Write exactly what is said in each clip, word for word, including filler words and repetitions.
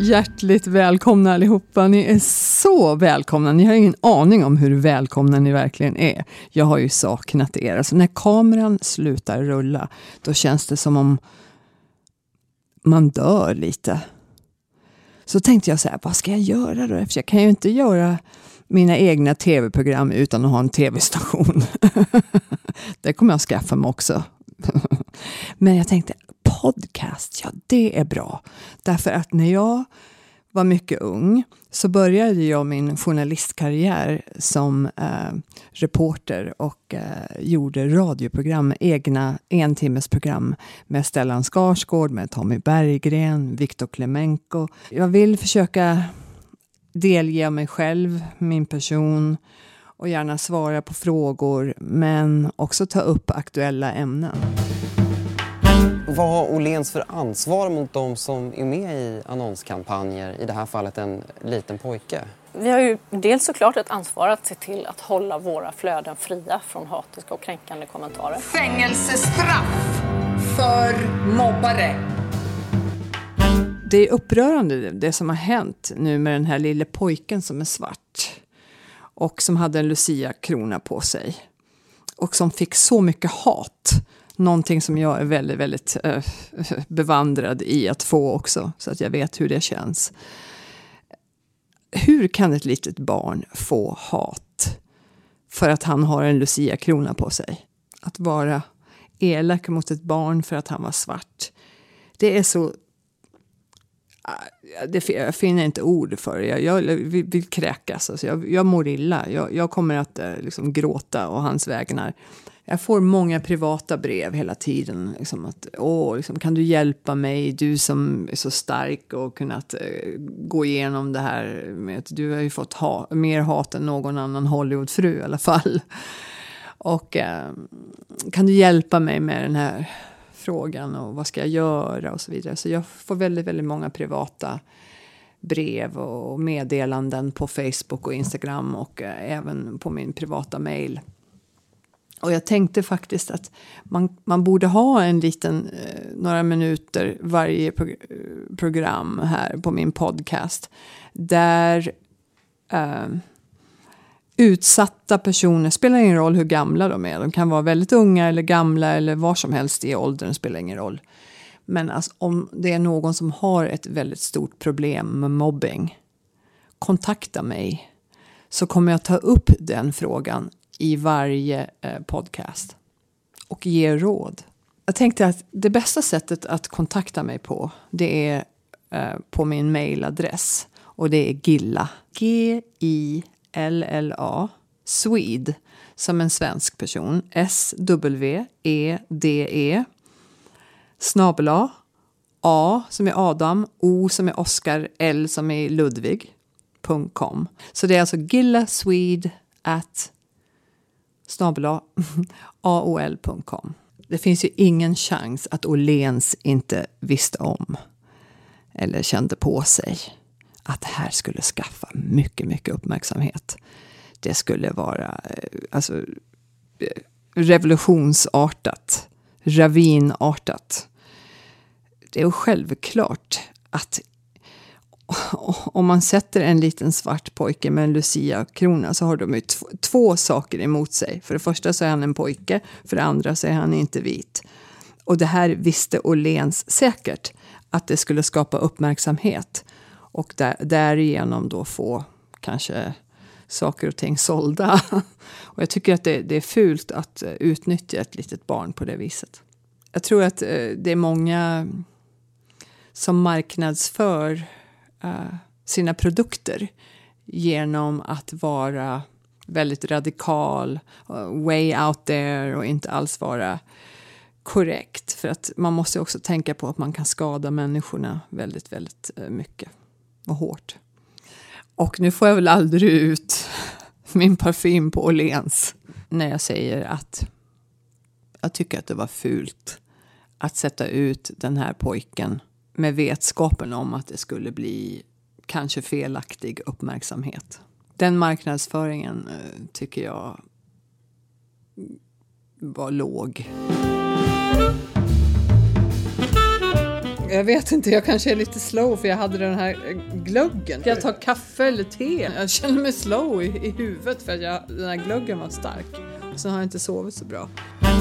Hjärtligt välkomna allihopa. Ni är så välkomna. Ni har ingen aning om hur välkomna ni verkligen är. Jag har ju saknat er. Alltså när kameran slutar rulla, då känns det som om man dör lite. Så tänkte jag så här, vad ska jag göra då? För jag kan ju inte göra mina egna tv-program utan att ha en tv-station. Det kommer jag skaffa mig också. Men jag tänkte, podcast, ja det är bra. Därför att när jag var mycket ung så började jag min journalistkarriär som eh, reporter och eh, gjorde radioprogram, egna entimmesprogram med Stellan Skarsgård, med Tommy Berggren, Viktor Klemenko. Jag vill försöka delge mig själv, min person och gärna svara på frågor men också ta upp aktuella ämnen. Vad har Åhléns för ansvar mot de som är med i annonskampanjer, i det här fallet en liten pojke? Vi har ju dels såklart ett ansvar att se till att hålla våra flöden fria från hatiska och kränkande kommentarer. Fängelsestraff för mobbare. Det är upprörande det som har hänt nu med den här lilla pojken som är svart och som hade en Lucia-krona på sig och som fick så mycket hat. Någonting som jag är väldigt, väldigt eh, bevandrad i att få också. Så att jag vet hur det känns. Hur kan ett litet barn få hat för att han har en Lucia-krona på sig? Att vara elak mot ett barn för att han var svart. Det är så... Det, jag finner inte ord för det. Jag, jag vill, vill kräkas. Alltså jag, jag mår illa. Jag, jag kommer att eh, liksom, gråta och hans vägnar. Jag får många privata brev hela tiden. Liksom att, åh, liksom, kan du hjälpa mig? Du som är så stark och kunnat eh, gå igenom det här. Med att du har ju fått ha, mer hat än någon annan Hollywoodfru i alla fall. Och eh, kan du hjälpa mig med den här frågan och vad ska jag göra och så vidare. Så jag får väldigt, väldigt många privata brev och meddelanden på Facebook och Instagram och eh, även på min privata mail. Och jag tänkte faktiskt att man, man borde ha en liten, eh, några minuter varje pro- program här på min podcast. Där eh, utsatta personer, spelar ingen roll hur gamla de är. De kan vara väldigt unga eller gamla eller var som helst i åldern, spelar ingen roll. Men alltså, om det är någon som har ett väldigt stort problem med mobbing, kontakta mig. Så kommer jag ta upp den frågan i varje eh, podcast och ge råd. Jag tänkte att det bästa sättet att kontakta mig på, det är eh, på min mailadress. Och det är Gilla. G I L L A. Swede. Som en svensk person. S W E D E. Snabel-a. A som är Adam. O som är Oscar. L som är Ludvig. .com. Så det är alltså gillaswede at snabel-a aol punkt com. Det finns ju ingen chans att Åhléns inte visste om eller kände på sig att det här skulle skaffa mycket, mycket uppmärksamhet. Det skulle vara alltså, revolutionsartat, ravinartat. Det är självklart att om man sätter en liten svart pojke med en Lucia-krona så har de ju t- två saker emot sig. För det första så är han en pojke, för det andra så är han inte vit. Och det här visste Åhléns säkert att det skulle skapa uppmärksamhet. Och där, därigenom då få kanske saker och ting sålda. Och jag tycker att det, det är fult att utnyttja ett litet barn på det viset. Jag tror att det är många som marknadsför Uh, sina produkter genom att vara väldigt radikal, uh, way out there och inte alls vara korrekt. För att man måste också tänka på att man kan skada människorna väldigt, väldigt uh, mycket och hårt. Och nu får jag väl aldrig ut min parfym på Åhléns när jag säger att jag tycker att det var fult att sätta ut den här pojken med vetskapen om att det skulle bli kanske felaktig uppmärksamhet. Den marknadsföringen eh, tycker jag var låg. Jag vet inte, jag kanske är lite slow för jag hade den här glöggen. Jag tar kaffe eller te. Jag känner mig slow i, i huvudet för att jag, den här glöggen var stark. Och så har jag inte sovit så bra.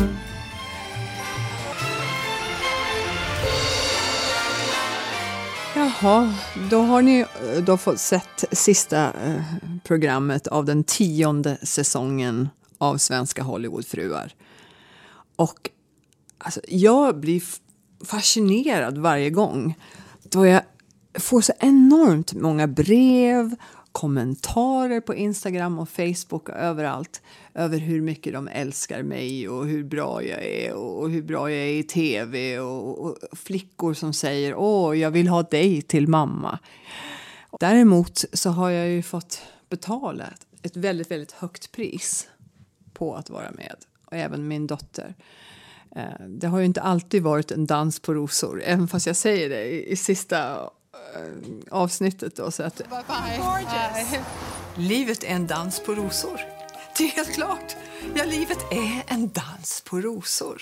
Jaha, då har ni då fått sett sista eh, programmet av den tionde säsongen av Svenska Hollywoodfruar. Och alltså, jag blir fascinerad varje gång då jag får så enormt många brev, kommentarer på Instagram och Facebook och överallt över hur mycket de älskar mig och hur bra jag är och hur bra jag är i tv och, och flickor som säger åh, jag vill ha dig till mamma. Däremot så har jag ju fått betala ett väldigt, väldigt högt pris på att vara med, och även min dotter. Det har ju inte alltid varit en dans på rosor, även fast jag säger det i, i sista avsnittet då, så att bye bye. Livet är en dans på rosor. Det är helt klart. Ja, livet är en dans på rosor.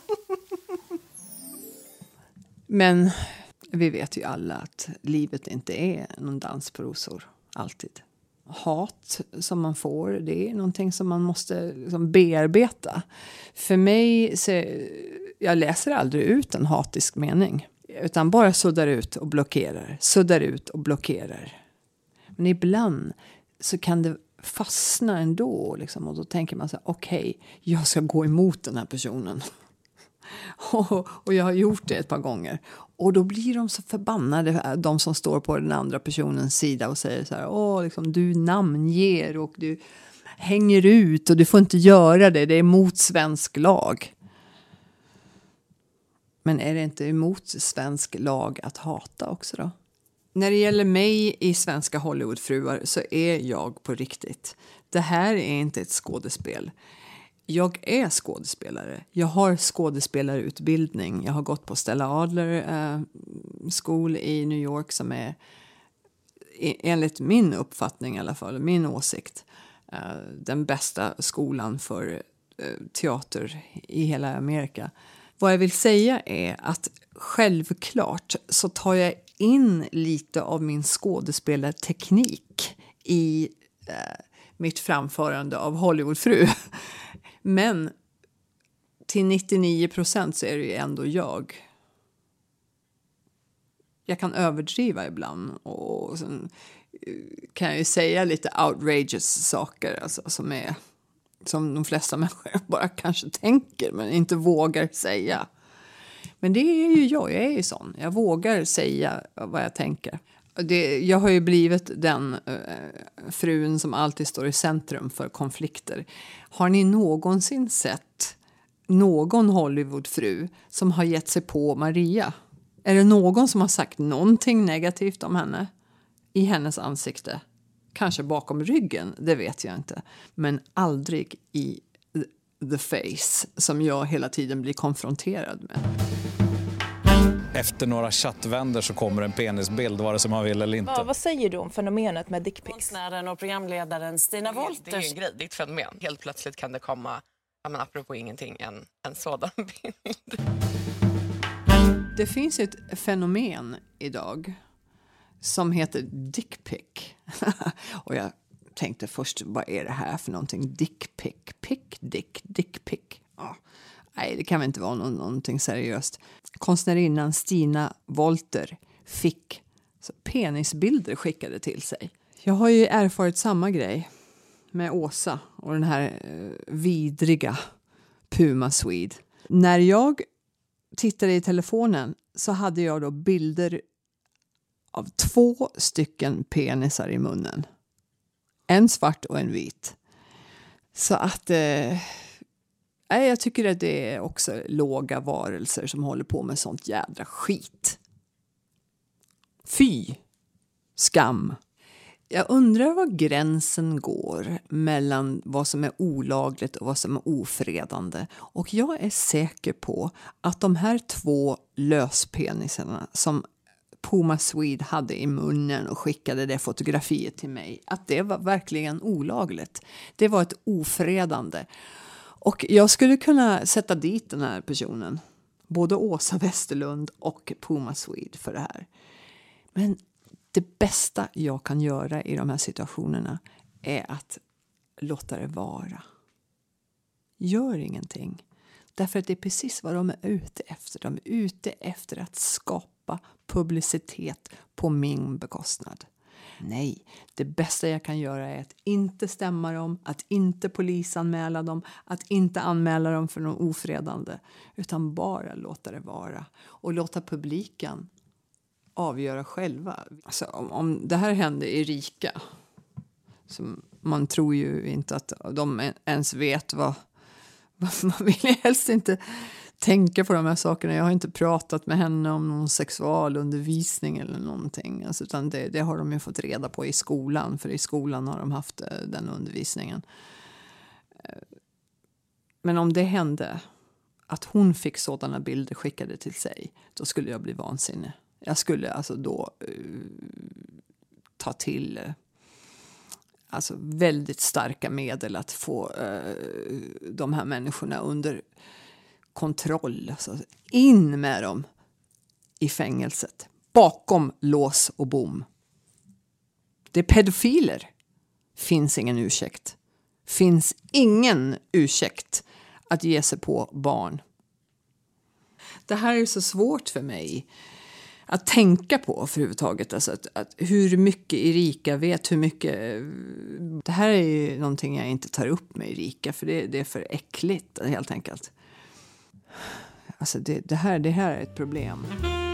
Men vi vet ju alla att livet inte är någon dans på rosor alltid. Hat som man får, det är någonting som man måste liksom bearbeta. För mig så jag läser aldrig ut en hatisk mening, utan bara suddar ut och blockerar, suddar ut och blockerar. Men ibland så kan det fastna ändå liksom, och då tänker man så här: okej, okay, jag ska gå emot den här personen. och, och jag har gjort det ett par gånger. Och då blir de så förbannade, de som står på den andra personens sida och säger så här: åh, liksom, du namnger och du hänger ut och du får inte göra det, det är emot svensk lag. Men är det inte emot svensk lag att hata också då? När det gäller mig i Svenska Hollywoodfruar så är jag på riktigt. Det här är inte ett skådespel. Jag är skådespelare. Jag har skådespelarutbildning. Jag har gått på Stella Adler eh, School i New York, som är enligt min uppfattning i alla fall, min åsikt, eh, den bästa skolan för eh, teater i hela Amerika. Vad jag vill säga är att självklart så tar jag in lite av min skådespelarteknik i eh, mitt framförande av Hollywoodfru. Men till nittionio procent så är det ju ändå jag. Jag kan överdriva ibland och sen kan jag ju säga lite outrageous saker, alltså, som är som de flesta människor bara kanske tänker men inte vågar säga. Men det är ju jag, jag är ju sån. Jag vågar säga vad jag tänker. Det, jag har ju blivit den uh, frun som alltid står i centrum för konflikter. Har ni någonsin sett någon Hollywoodfru som har gett sig på Maria? Är det någon som har sagt någonting negativt om henne i hennes ansikte? Kanske bakom ryggen, det vet jag inte. Men aldrig i the face, som jag hela tiden blir konfronterad med. Efter några chattvänder så kommer en penisbild, vare sig man vill eller inte. Ja, vad säger du om fenomenet med dickpics? Konstnären och programledaren Stina Wolters. Det är ju en grej, det är ett fenomen. Helt plötsligt kan det komma, ja, men apropå ingenting, en, en sådan bild. Det finns ett fenomen idag som heter dickpic. Och jag tänkte först, vad är det här för någonting? Dickpic, pick, dick, dickpic. Oh. Nej, det kan väl inte vara någon, någonting seriöst. Konstnärinnan Stina Wolter fick så penisbilder skickade till sig. Jag har ju erfarit samma grej med Åsa och den här eh, vidriga Puma Swede. När jag tittade i telefonen så hade jag då bilder av två stycken penisar i munnen. En svart och en vit. Så att eh, jag tycker att det är också låga varelser som håller på med sånt jädra skit. Fy! Skam! Jag undrar var gränsen går mellan vad som är olagligt och vad som är ofredande. Och jag är säker på att de här två löspenisarna som Puma Swede hade i munnen och skickade det fotografiet till mig, att det var verkligen olagligt. Det var ett ofredande. Och jag skulle kunna sätta dit den här personen både Åsa Westerlund och Puma Swede för det här. Men det bästa jag kan göra i de här situationerna är att låta det vara. Gör ingenting. Därför att det är precis vad de är ute efter. De är ute efter att skapa publicitet på min bekostnad. Nej, det bästa jag kan göra är att inte stämma dem, att inte polisanmäla dem, att inte anmäla dem för någon ofredande, utan bara låta det vara och låta publiken avgöra själva. Alltså, om, om det här hände i Erika, så man tror ju inte att de ens vet vad, vad man vill helst inte tänka på de här sakerna. Jag har inte pratat med henne om någon sexualundervisning eller någonting. Alltså, utan det, det har de ju fått reda på i skolan. För i skolan har de haft den undervisningen. Men om det hände att hon fick sådana bilder skickade till sig, då skulle jag bli vansinnig. Jag skulle alltså då uh, ta till uh, alltså väldigt starka medel att få uh, de här människorna under kontroll. Alltså in med dem i fängelset. Bakom lås och bom. Det är pedofiler. Finns ingen ursäkt. Finns ingen ursäkt att ge sig på barn. Det här är så svårt för mig att tänka på för överhuvudtaget. Alltså att, att hur mycket Erika vet, hur mycket... Det här är ju någonting jag inte tar upp med Erika, för det, det är för äckligt helt enkelt. Alltså det, det, här, det här är ett problem.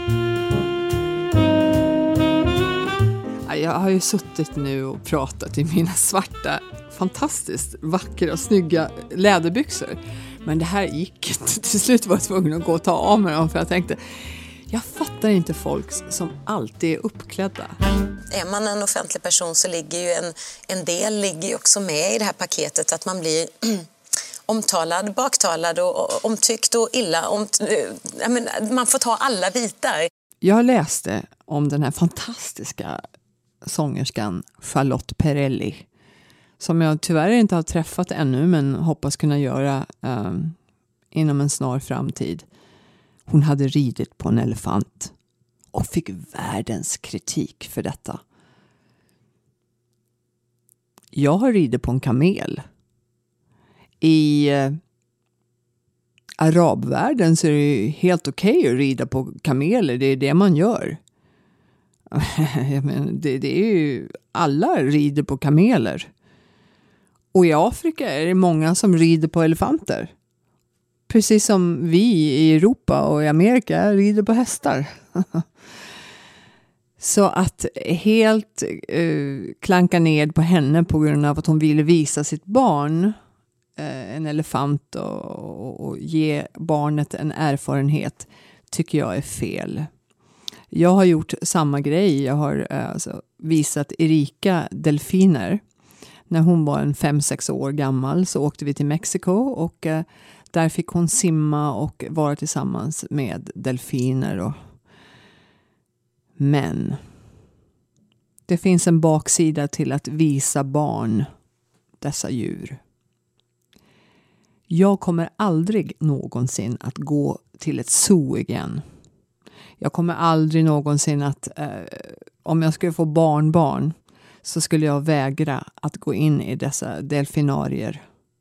Jag har ju suttit nu och pratat i mina svarta, fantastiskt vackra och snygga läderbyxor. Men det här gick inte. Till slut var jag tvungen att gå och ta av mig dem, för jag tänkte, jag fattar inte folk som alltid är uppklädda. Är man en offentlig person så ligger ju en, en del ligger ju också med i det här paketet, att man blir omtalad, baktalad och, och omtyckt och illa. Om, jag menar, man får ta alla bitar. Jag läste om den här fantastiska sångerskan Charlotte Perrelli, som jag tyvärr inte har träffat ännu, men hoppas kunna göra eh, inom en snar framtid. Hon hade ridit på en elefant och fick världens kritik för detta. Jag har ridit på en kamel. I eh, arabvärlden så är det helt okej okay att rida på kameler. Det är det man gör. Jag menar, det, det är ju, alla rider på kameler. Och i Afrika är det många som rider på elefanter. Precis som vi i Europa och i Amerika rider på hästar. Så att helt uh, klanka ned på henne på grund av att hon ville visa sitt barn uh, en elefant och, och, och ge barnet en erfarenhet, tycker jag är fel. Jag har gjort samma grej. Jag har uh, alltså, visat Erika delfiner. När hon var en fem sex år gammal så åkte vi till Mexiko och uh, där fick hon simma och vara tillsammans med delfiner. Och... Men det finns en baksida till att visa barn dessa djur. Jag kommer aldrig någonsin att gå till ett zoo igen. Jag kommer aldrig någonsin att, eh, om jag skulle få barnbarn, så skulle jag vägra att gå in i dessa delfinarier.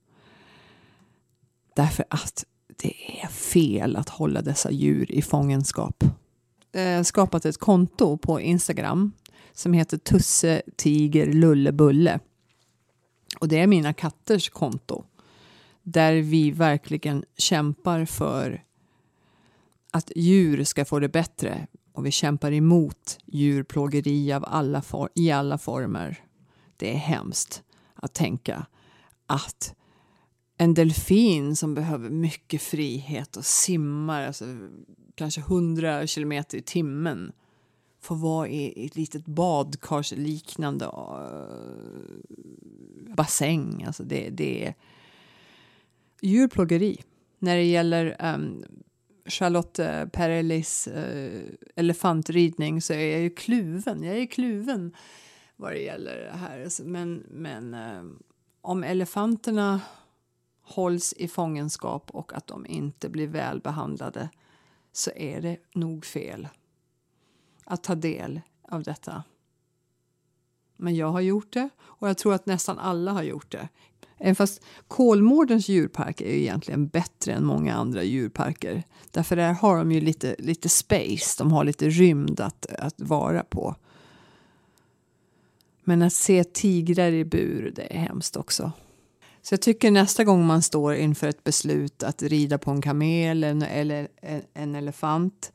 Därför att det är fel att hålla dessa djur i fångenskap. Jag har skapat ett konto på Instagram som heter Tusse Tiger Lulle Bulle. Och det är mina katters konto. Där vi verkligen kämpar för att djur ska få det bättre. Och vi kämpar emot djurplågeri av alla for- i alla former. Det är hemskt att tänka att en delfin som behöver mycket frihet och simmar alltså kanske hundra kilometer i timmen får vara i ett litet badkarsliknande uh, bassäng. Alltså det, det är djurplågeri. När det gäller um, Charlotte Perrellis uh, elefantridning så är jag ju kluven. Jag är kluven vad det gäller det här. Alltså, men men uh, om elefanterna hålls i fångenskap och att de inte blir väl behandlade, så är det nog fel att ta del av detta. Men jag har gjort det och jag tror att nästan alla har gjort det. Även fast Kolmårdens djurpark är ju egentligen bättre än många andra djurparker. Därför där har de ju lite, lite space, de har lite rymd att, att vara på. Men att se tigrar i bur, det är hemskt också. Så jag tycker nästa gång man står inför ett beslut att rida på en kamel eller en elefant,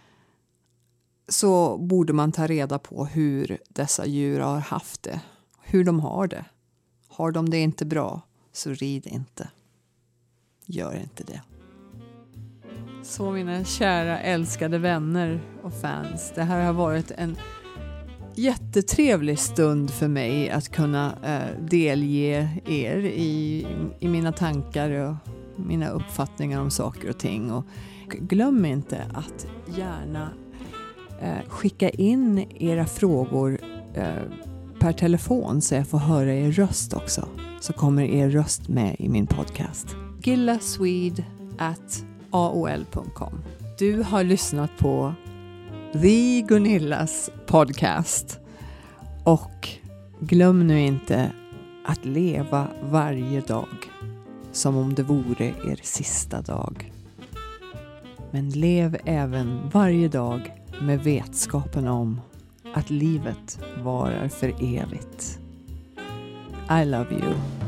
så borde man ta reda på hur dessa djur har haft det. Hur de har det. Har de det inte bra, så rid inte. Gör inte det. Så mina kära älskade vänner och fans. Det här har varit en jättetrevlig stund för mig att kunna eh, delge er i, i mina tankar och mina uppfattningar om saker och ting. Och glöm inte att gärna eh, skicka in era frågor eh, per telefon så jag får höra er röst också. Så kommer er röst med i min podcast. gillaswede at a o l punkt com. Du har lyssnat på The Gunillas podcast. Och glöm nu inte att leva varje dag som om det vore er sista dag. Men lev även varje dag med vetskapen om att livet varar för evigt. I love you.